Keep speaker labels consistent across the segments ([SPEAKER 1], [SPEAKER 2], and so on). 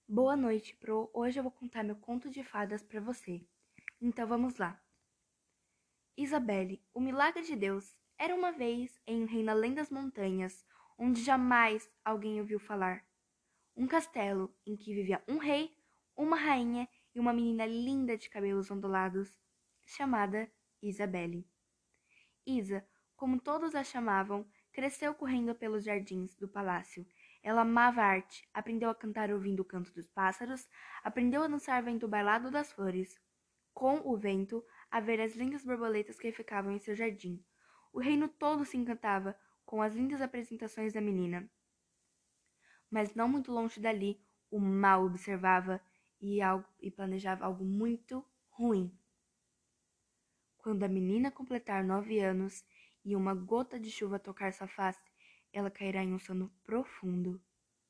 [SPEAKER 1] Boa noite, Pro. Hoje eu vou contar meu conto de fadas para você. Então vamos lá. Isabelle, o milagre de Deus. Era uma vez em um reino além das montanhas, onde jamais alguém ouviu falar. Um castelo em que vivia um rei, uma rainha e uma menina linda de cabelos ondulados, chamada Isabelle. Isa, como todos a chamavam, cresceu correndo pelos jardins do palácio. Ela amava a arte, aprendeu a cantar ouvindo o canto dos pássaros, aprendeu a dançar vendo o bailado das flores. Com o vento, a ver as lindas borboletas que ficavam em seu jardim. O reino todo se encantava com as lindas apresentações da menina. Mas não muito longe dali, o mal observava e planejava algo muito ruim. Quando a menina completar 9 anos e uma gota de chuva tocar sua face, ela cairá em um sono profundo.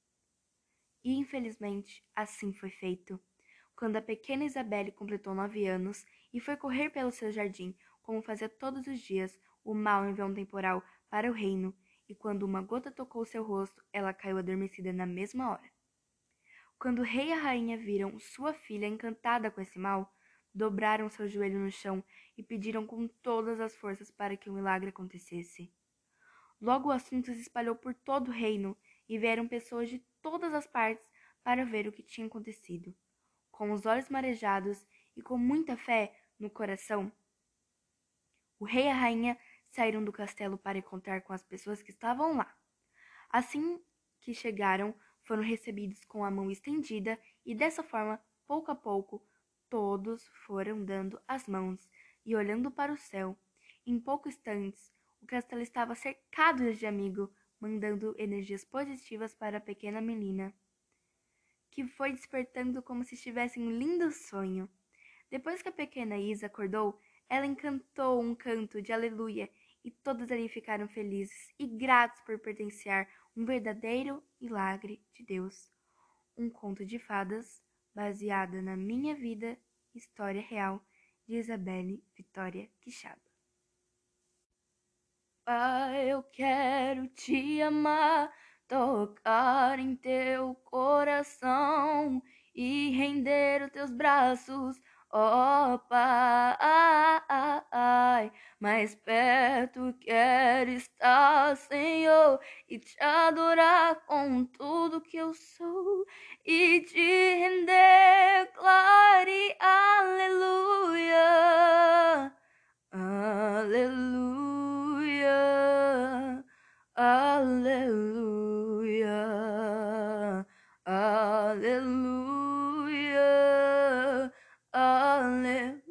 [SPEAKER 1] E infelizmente, assim foi feito. Quando a pequena Isabelle completou 9 anos e foi correr pelo seu jardim, como fazia todos os dias, o mal enviou um temporal para o reino, e quando uma gota tocou seu rosto, ela caiu adormecida na mesma hora. Quando o rei e a rainha viram sua filha encantada com esse mal, dobraram seu joelho no chão e pediram com todas as forças para que o milagre acontecesse. Logo o assunto se espalhou por todo o reino e vieram pessoas de todas as partes para ver o que tinha acontecido. Com os olhos marejados e com muita fé no coração, o rei e a rainha saíram do castelo para encontrar com as pessoas que estavam lá. Assim que chegaram, foram recebidos com a mão estendida e dessa forma, pouco a pouco, todos foram dando as mãos e olhando para o céu. Em poucos instantes, o castelo estava cercado de amigos, mandando energias positivas para a pequena menina, que foi despertando como se estivesse em um lindo sonho. Depois que a pequena Isa acordou, ela encantou um canto de aleluia e todos ali ficaram felizes e gratos por pertencer a um verdadeiro milagre de Deus. Um conto de fadas baseado na minha vida, história real de Isabelle Vitória Quixaba. Ah, eu quero te amar, tocar em teu coração e render os teus braços, ó Pai. Mais perto quero estar, Senhor, e te adorar com tudo que eu sou e te render glória e aleluia. Aleluia, aleluia, aleluia, aleluia.